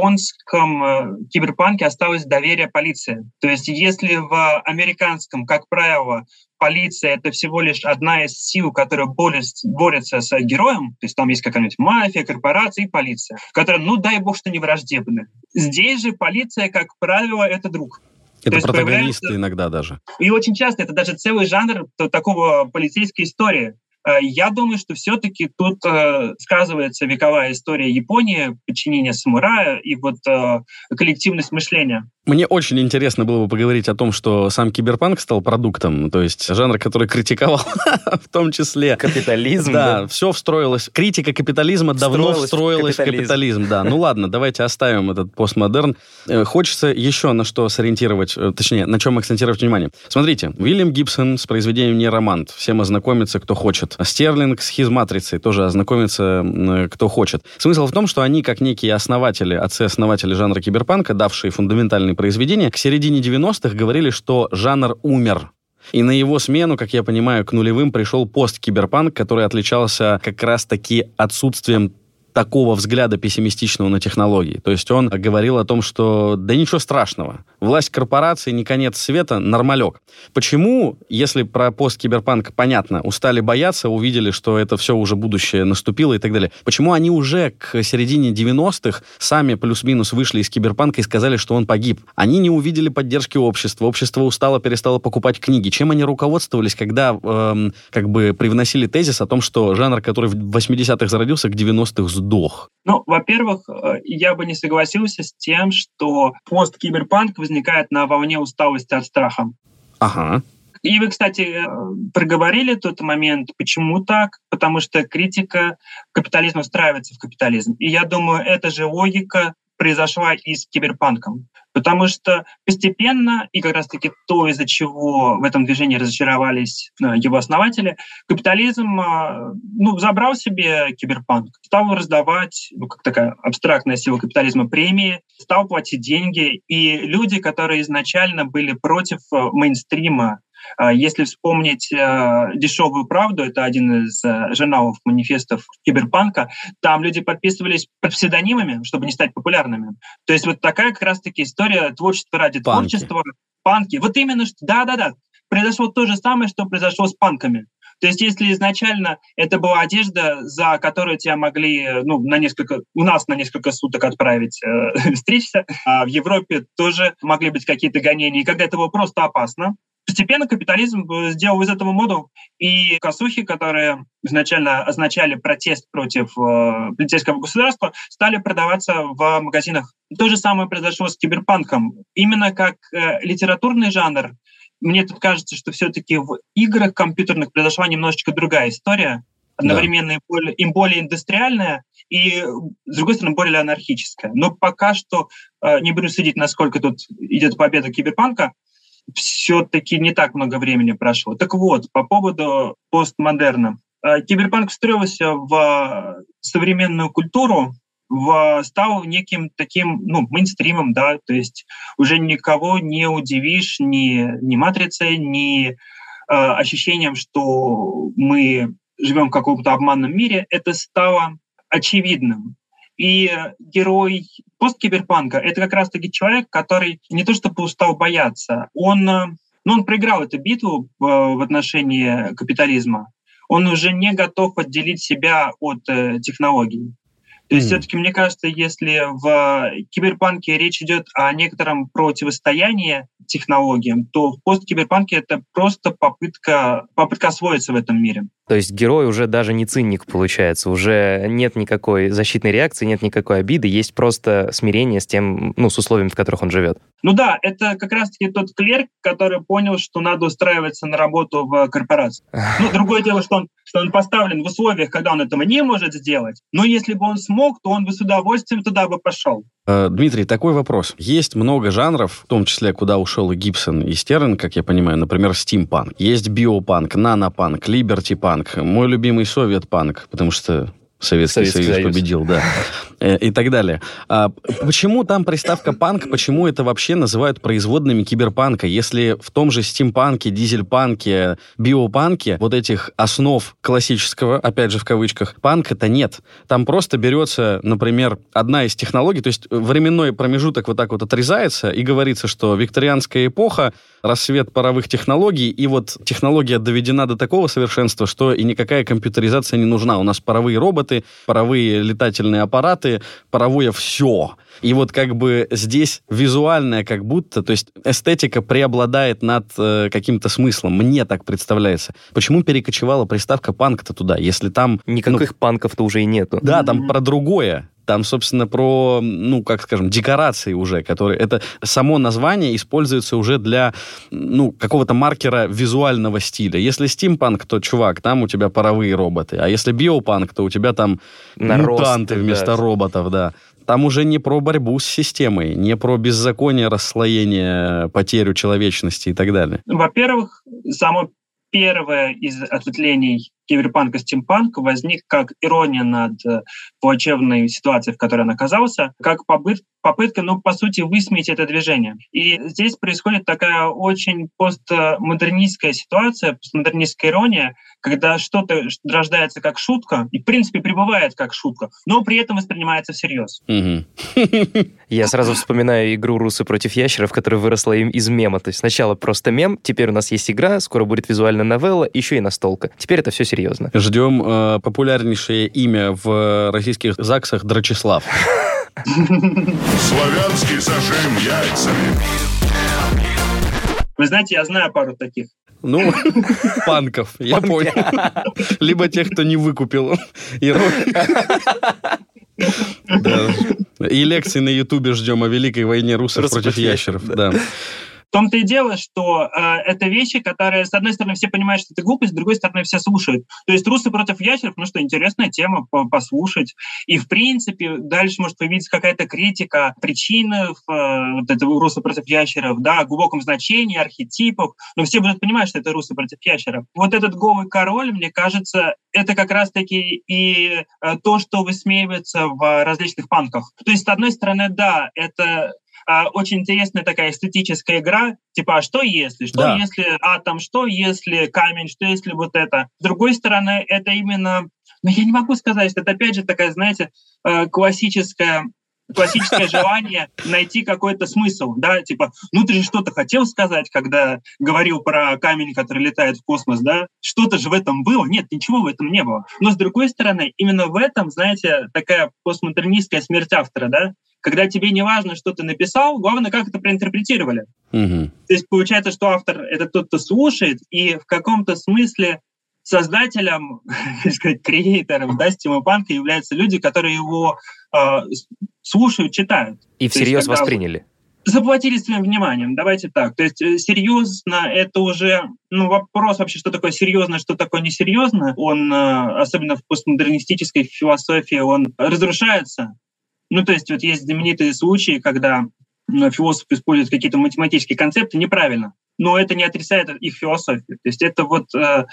японском киберпанке осталось доверие полиции. То есть если в американском, как правило, полиция — это всего лишь одна из сил, которая борется с героем, то есть там есть какая-нибудь мафия, корпорация и полиция, которая, дай бог, что не враждебны. Здесь же полиция, как правило, это друг. Это протагонисты иногда даже. И очень часто это даже целый жанр такого полицейской истории. Я думаю, что все-таки тут сказывается вековая история Японии, подчинение самурая и вот коллективность мышления. Мне очень интересно было бы поговорить о том, что сам киберпанк стал продуктом, то есть жанр, который критиковал в том числе капитализм. Да, все встроилось. Критика капитализма давно встроилась в капитализм. Да, ладно, давайте оставим этот постмодерн. Хочется еще на что сориентировать, точнее, на чем акцентировать внимание. Смотрите, Уильям Гибсон с произведением «Нейромант». Всем ознакомиться, кто хочет. Стерлинг с «Хизматрицей», тоже ознакомиться, кто хочет. Смысл в том, что они, как некие основатели, отцы-основатели жанра киберпанка, давшие фундаментальные произведения, к середине 90-х говорили, что жанр умер. И на его смену, как я понимаю, к нулевым пришел посткиберпанк, который отличался как раз-таки отсутствием такого взгляда пессимистичного на технологии. То есть он говорил о том, что да ничего страшного, власть корпорации не конец света, нормалек. Почему, если про посткиберпанк понятно, устали бояться, увидели, что это все уже будущее наступило и так далее, почему они уже к середине 90-х сами плюс-минус вышли из киберпанка и сказали, что он погиб? Они не увидели поддержки общества, общество устало, перестало покупать книги. Чем они руководствовались, когда привносили тезис о том, что жанр, который в 80-х зародился, к 90-х сдох? Во-первых, я бы не согласился с тем, что посткиберпанк возникает на волне усталости от страха. Ага. И вы, кстати, проговорили тот момент. Почему так? Потому что критика капитализма встраивается в капитализм. И я думаю, эта же логика произошла и с киберпанком. Потому что постепенно, и как раз-таки то, из-за чего в этом движении разочаровались его основатели, капитализм забрал себе киберпанк, стал раздавать, как такая абстрактная сила капитализма, премии, стал платить деньги. И люди, которые изначально были против мейнстрима, если вспомнить «Дешевую правду», это один из журналов, манифестов киберпанка, там люди подписывались под псевдонимами, чтобы не стать популярными. То есть вот такая как раз-таки история творчества ради творчества. панки. Вот именно что, да-да-да, произошло то же самое, что произошло с панками. То есть если изначально это была одежда, за которую тебя могли у нас на несколько суток отправить стричься, а в Европе тоже могли быть какие-то гонения, и когда это было просто опасно, постепенно капитализм сделал из этого моду, и косухи, которые изначально означали протест против полицейского государства, стали продаваться в магазинах. То же самое произошло с киберпанком. Именно как литературный жанр, мне тут кажется, что все-таки в играх компьютерных произошла немножечко другая история, одновременно и более индустриальная, и, с другой стороны, более анархическая. Но пока что, не буду судить, насколько тут идет победа киберпанка, все-таки не так много времени прошло. Так вот, по поводу постмодерна. Киберпанк встроился в современную культуру, стал неким таким, мейнстримом, да, то есть уже никого не удивишь ни матрицей, ни ощущением, что мы живем в каком-то обманном мире. Это стало очевидным. И герой посткиберпанка — это как раз-таки человек, который не то чтобы устал бояться, он проиграл эту битву в отношении капитализма. Он уже не готов отделить себя от технологий. То есть все-таки, мне кажется, если в киберпанке речь идет о некотором противостоянии технологиям, то в посткиберпанке это просто попытка освоиться в этом мире. То есть герой уже даже не циник, получается, уже нет никакой защитной реакции, нет никакой обиды, есть просто смирение с тем, с условиями, в которых он живет. Да, это как раз-таки тот клерк, который понял, что надо устраиваться на работу в корпорацию. Другое дело, что он поставлен в условиях, когда он этого не может сделать, но если бы он смог, то он бы с удовольствием туда бы пошел. Дмитрий, такой вопрос. Есть много жанров, в том числе, куда ушел и Гибсон, и Стерн, как я понимаю, например, стимпанк. Есть биопанк, нанопанк, либертипанк, мой любимый советпанк, потому что Советский Союз победил, да, и так далее. Почему там приставка «панк», почему это вообще называют производными киберпанка, если в том же стимпанке, дизельпанке, биопанке вот этих основ классического, опять же в кавычках, панка-то нет. Там просто берется, например, одна из технологий, то есть временной промежуток вот так вот отрезается, и говорится, что викторианская эпоха, рассвет паровых технологий, и вот технология доведена до такого совершенства, что и никакая компьютеризация не нужна. У нас паровые роботы, паровые летательные аппараты, паровое все. И вот как бы здесь визуальное как будто, то есть эстетика преобладает над каким-то смыслом. Мне так представляется. Почему перекочевала приставка «панк»-то туда, если там... Никаких панков-то уже и нету. Да, там про другое. Там, собственно, про, декорации уже, которые... Это само название используется уже для, какого-то маркера визуального стиля. Если стимпанк, то, чувак, там у тебя паровые роботы. А если биопанк, то у тебя там мутанты вместо роботов, да. Там уже не про борьбу с системой, не про беззаконие, расслоение, потерю человечности и так далее. Во-первых, само первое из ответвлений киберпанка стимпанк возник как ирония над плачевной ситуацией, в которой он оказался, как попытка, по сути, высмеять это движение. И здесь происходит такая очень постмодернистская ситуация, постмодернистская ирония, когда что-то рождается как шутка и, в принципе, пребывает как шутка, но при этом воспринимается всерьез. Я сразу вспоминаю игру «Русы против ящеров», которая выросла из мема. То есть сначала просто мем, теперь у нас есть игра, скоро будет визуальная новелла, еще и настолка. Теперь это все серьезно. Ждем популярнейшее имя в российских ЗАГСах — Дрочеслав. Славянский зажим яйцами. Вы знаете, я знаю пару таких. Панков, я понял. Либо тех, кто не выкупил. И лекции на Ютубе ждем о Великой войне русов против ящеров. Да. В том-то и дело, что это вещи, которые, с одной стороны, все понимают, что это глупость, с другой стороны, все слушают. То есть «Русы против ящеров», интересная тема послушать. И, в принципе, дальше может появиться какая-то критика причин вот этого «Русы против ящеров», да, о глубоком значении, архетипов. Но все будут понимать, что это «Русы против ящеров». Вот этот голый король, мне кажется, это как раз-таки и то, что высмеивается в различных панках. То есть, с одной стороны, да, это... очень интересная такая эстетическая игра, типа, а что если? Что если атом? Что если камень? Что если вот это? С другой стороны, это именно... я не могу сказать, что это опять же такая, знаете, классическая классическое желание найти какой-то смысл, да, типа, ну ты же что-то хотел сказать, когда говорил про камень, который летает в космос, да, что-то же в этом было, нет, ничего в этом не было. Но с другой стороны, именно в этом, знаете, такая постмодернистская смерть автора, да, когда тебе не важно, что ты написал, главное, как это проинтерпретировали. То есть получается, что автор — это тот, кто слушает, и в каком-то смысле создателем, так сказать, креатором, да, стимпанка являются люди, которые его слушают, читают. И всерьез восприняли. Заплатили своим вниманием, давайте так. То есть серьезно это уже вопрос вообще, что такое серьезно, что такое несерьезно. Он, особенно в постмодернистической философии, он разрушается. То есть вот есть знаменитые случаи, когда философ использует какие-то математические концепты неправильно, но это не отрицает их философию. То есть это вот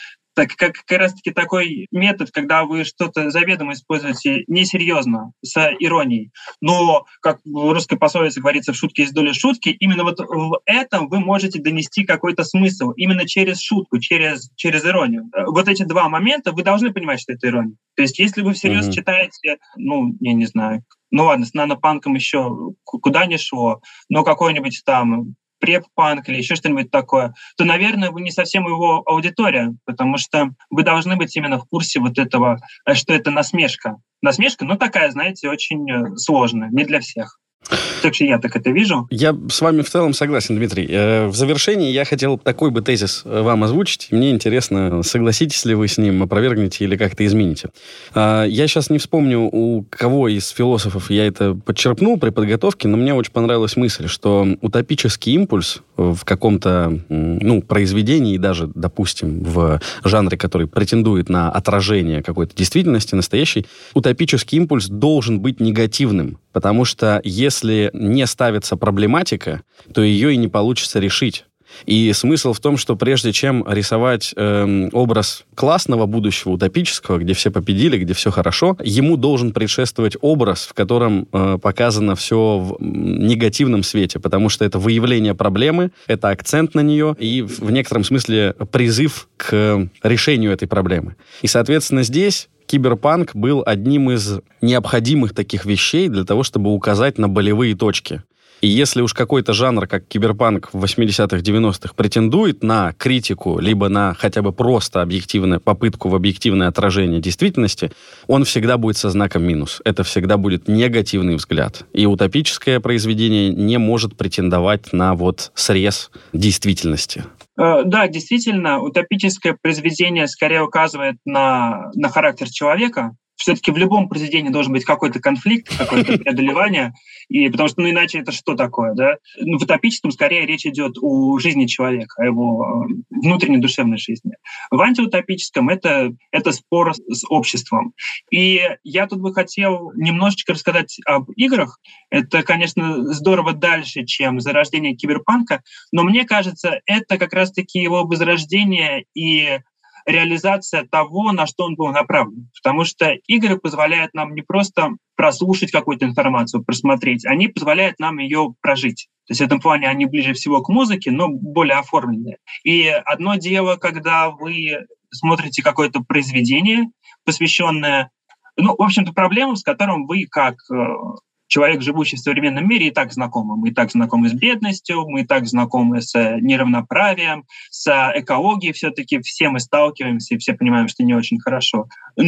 как раз-таки такой метод, когда вы что-то заведомо используете несерьезно, с иронией. Но, как в русской пословице говорится, в шутке есть доля шутки, именно вот в этом вы можете донести какой-то смысл, именно через шутку, через иронию. Вот эти два момента, вы должны понимать, что это ирония. То есть если вы всерьез читаете, я не знаю, ладно, с нанопанком еще куда ни шло, но какой-нибудь там преп-панк или еще что-нибудь такое, то, наверное, вы не совсем его аудитория, потому что вы должны быть именно в курсе вот этого, что это насмешка. Насмешка, такая, знаете, очень сложная, не для всех. Так что я так это вижу. Я с вами в целом согласен, Дмитрий. В завершении я хотел такой бы тезис вам озвучить. Мне интересно, согласитесь ли вы с ним, опровергнете или как-то измените. Я сейчас не вспомню, у кого из философов я это подчерпнул при подготовке, но мне очень понравилась мысль, что утопический импульс в каком-то произведении, даже, допустим, в жанре, который претендует на отражение какой-то действительности настоящей, утопический импульс должен быть негативным, потому что если не ставится проблематика, то ее и не получится решить. И смысл в том, что прежде чем рисовать образ классного будущего, утопического, где все победили, где все хорошо, ему должен предшествовать образ, в котором показано все в негативном свете, потому что это выявление проблемы, это акцент на нее и в некотором смысле призыв к решению этой проблемы. И, соответственно, здесь киберпанк был одним из необходимых таких вещей для того, чтобы указать на болевые точки. И если уж какой-то жанр, как киберпанк в 80-х, 90-х, претендует на критику, либо на хотя бы просто попытку в объективное отражение действительности, он всегда будет со знаком минус. Это всегда будет негативный взгляд. И утопическое произведение не может претендовать на срез действительности. Да, действительно, утопическое произведение скорее указывает на характер человека. Все-таки в любом произведении должен быть какой-то конфликт, какое-то преодолевание, потому что иначе это что такое, да? В утопическом скорее речь идет о жизни человека, о его внутренней душевной жизни. В антиутопическом это спор с обществом. И я тут бы хотел немножечко рассказать об играх. Это, конечно, здорово дальше, чем зарождение киберпанка, но мне кажется, это как раз-таки его возрождение и реализация того, на что он был направлен. Потому что игры позволяют нам не просто прослушать какую-то информацию, просмотреть, они позволяют нам ее прожить. То есть в этом плане они ближе всего к музыке, но более оформленные. И одно дело, когда вы смотрите какое-то произведение, посвященное, в общем-то, проблемам, с которым вы как человек, живущий в современном мире, и так знакомы. Мы и так знакомы с бедностью, мы и так знакомы с неравноправием, с экологией. Все-таки все мы сталкиваемся, и все понимаем, что не очень хорошо.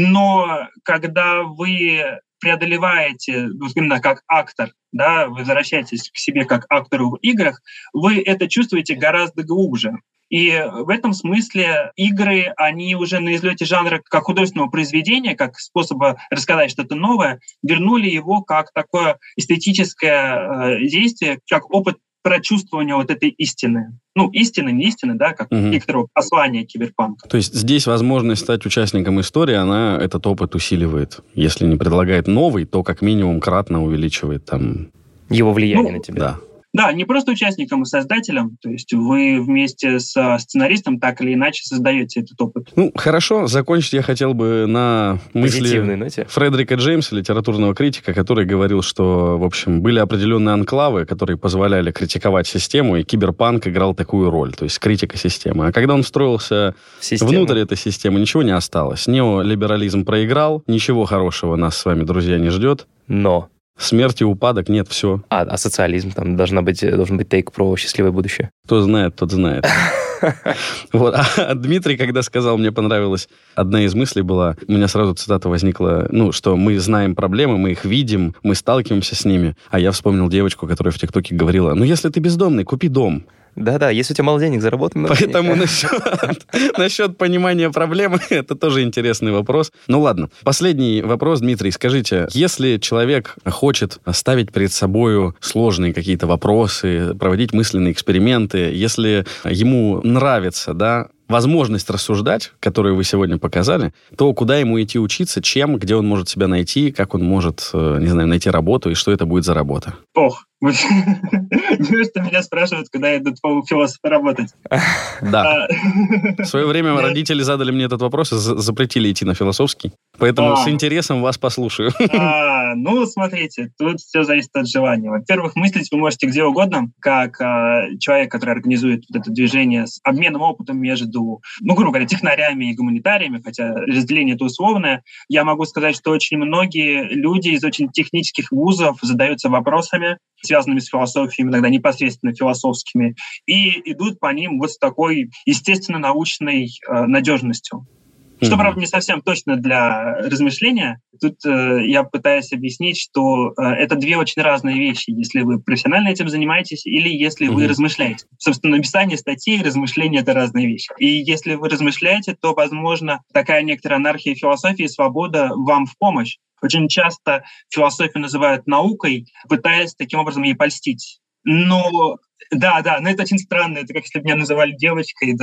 Но когда вы преодолеваете, именно как актор, да, вы возвращаетесь к себе как актору в играх, вы это чувствуете гораздо глубже. И в этом смысле игры, они уже на излете жанра как художественного произведения, как способа рассказать что-то новое, вернули его как такое эстетическое действие, как опыт прочувствования этой истины. Истины, не истины, да, как некоторого послания киберпанка. То есть здесь возможность стать участником истории, она этот опыт усиливает. Если не предлагает новый, то как минимум кратно увеличивает его влияние на тебя. Да. Да, не просто участником и создателем, то есть вы вместе с сценаристом так или иначе создаете этот опыт. Хорошо, закончить я хотел бы на мысли Фредерика Джеймса, литературного критика, который говорил, что, в общем, были определенные анклавы, которые позволяли критиковать систему, и киберпанк играл такую роль, то есть критика системы. А когда он встроился внутрь этой системы, ничего не осталось. Неолиберализм проиграл, ничего хорошего нас с вами, друзья, не ждет. Но Смерть и упадок, нет, все. А социализм, там должен быть тейк про счастливое будущее. Кто знает, тот знает. Вот. А Дмитрий, когда сказал, мне понравилась одна из мыслей была, у меня сразу цитата возникла, что мы знаем проблемы, мы их видим, мы сталкиваемся с ними. А я вспомнил девочку, которая в ТикТоке говорила, если ты бездомный, купи дом. Да-да, если у тебя мало денег, заработай много денег. Поэтому насчет понимания проблемы, это тоже интересный вопрос. Ну ладно, последний вопрос, Дмитрий, скажите, если человек хочет ставить перед собой сложные какие-то вопросы, проводить мысленные эксперименты, если ему нравится, возможность рассуждать, которую вы сегодня показали, то куда ему идти учиться, где он может себя найти, как он может, найти работу, и что это будет за работа? Неужто меня спрашивают, куда я иду философа работать? Да. В свое время родители задали мне этот вопрос и запретили идти на философский. Поэтому с интересом вас послушаю. Смотрите, тут все зависит от желания. Во-первых, мыслить вы можете где угодно, как человек, который организует это движение с обменом опытом между, грубо говоря, технарями и гуманитариями, хотя разделение это условное. Я могу сказать, что очень многие люди из очень технических вузов задаются вопросами, связанными с философией, иногда непосредственно философскими, и идут по ним с такой естественно-научной надежностью. Что, правда, не совсем точно для размышления. Тут я пытаюсь объяснить, что это две очень разные вещи, если вы профессионально этим занимаетесь или если вы размышляете. Собственно, написание статей и размышления — это разные вещи. И если вы размышляете, то, возможно, такая некоторая анархия философии и свобода вам в помощь. Очень часто философию называют наукой, пытаясь таким образом ей польстить. Но это очень странно. Это как если бы меня называли девочкой,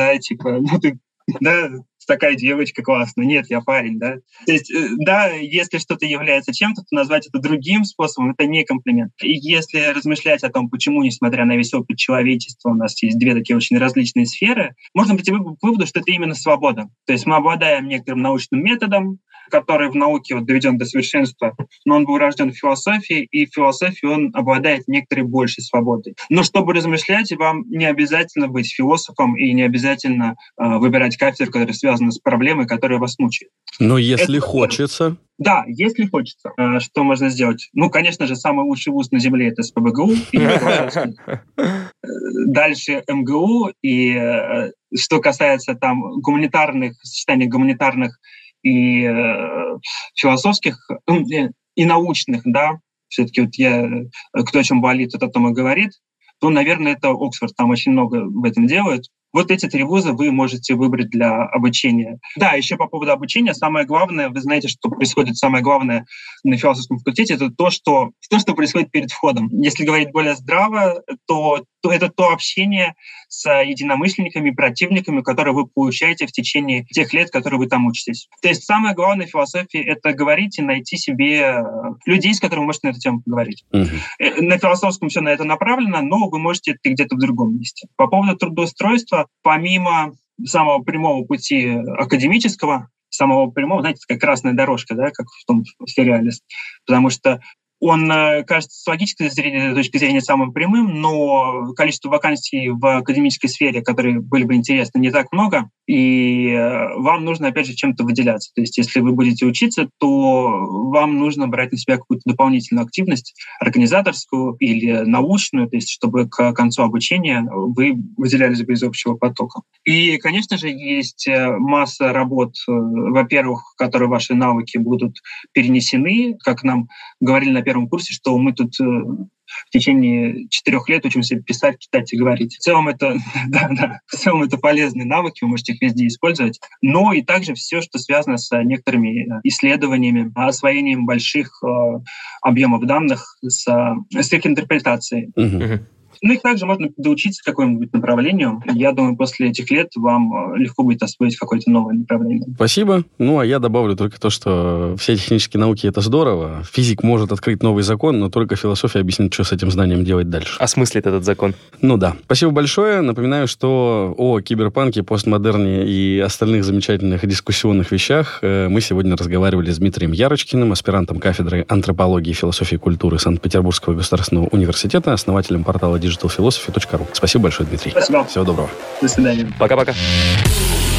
такая девочка классная. Нет, я парень, да. То есть, если что-то является чем-то, то назвать это другим способом — это не комплимент. И если размышлять о том, почему, несмотря на весь опыт человечества, у нас есть две такие очень различные сферы, можно прийти к выводу, что это именно свобода. То есть мы обладаем некоторым научным методом, который в науке доведен до совершенства, но он был рожден в философии, и в философии он обладает некоторой большей свободой. Но чтобы размышлять, вам не обязательно быть философом и не обязательно выбирать кафедру, которая связана с проблемой, которая вас мучает. Но если хочется... Да, если хочется. Что можно сделать? Конечно же, самый лучший вуз на Земле — это СПбГУ. Дальше МГУ. И что касается сочетания гуманитарных и философских, и научных, все-таки кто о чем болит, тот о том и говорит, то, наверное, это Оксфорд, там очень много в этом делают. Вот эти три вуза вы можете выбрать для обучения. Да, еще по поводу обучения, самое главное, вы знаете, что происходит самое главное на философском факультете, это то, что происходит перед входом. Если говорить более здраво, то это то общение с единомышленниками, противниками, которые вы получаете в течение тех лет, которые вы там учитесь. То есть самое главное в философии — это говорить и найти себе людей, с которыми вы можете на эту тему поговорить. На философском все на это направлено, но вы можете это где-то в другом месте. По поводу трудоустройства, помимо самого прямого пути академического, самого прямого, знаете, такая красная дорожка, как в том сериале, потому что он кажется с логической точки зрения самым прямым, но количество вакансий в академической сфере, которые были бы интересны, не так много, и вам нужно, опять же, чем-то выделяться. То есть если вы будете учиться, то вам нужно брать на себя какую-то дополнительную активность, организаторскую или научную, то есть чтобы к концу обучения вы выделялись бы из общего потока. И, конечно же, есть масса работ, во-первых, в которые ваши навыки будут перенесены, как нам говорили на первом курсе, что мы тут в течение 4 лет учимся писать, читать и говорить. В целом это полезные навыки, вы можете их везде использовать. Но и также все, что связано с некоторыми исследованиями, освоением больших объемов данных, с их интерпретацией. Их также можно доучиться какому-нибудь направлению. Я думаю, после этих лет вам легко будет освоить какое-то новое направление. Спасибо. А я добавлю только то, что все технические науки — это здорово. Физик может открыть новый закон, но только философия объяснит, что с этим знанием делать дальше. Осмыслит этот закон. Да. Спасибо большое. Напоминаю, что о киберпанке, постмодерне и остальных замечательных дискуссионных вещах мы сегодня разговаривали с Дмитрием Ярочкиным, аспирантом кафедры антропологии, философии и культуры Санкт-Петербургского государственного университета, основателем портала digitalphilosophy.ru. Спасибо большое, Дмитрий. Спасибо. Всего доброго. До свидания. Пока-пока.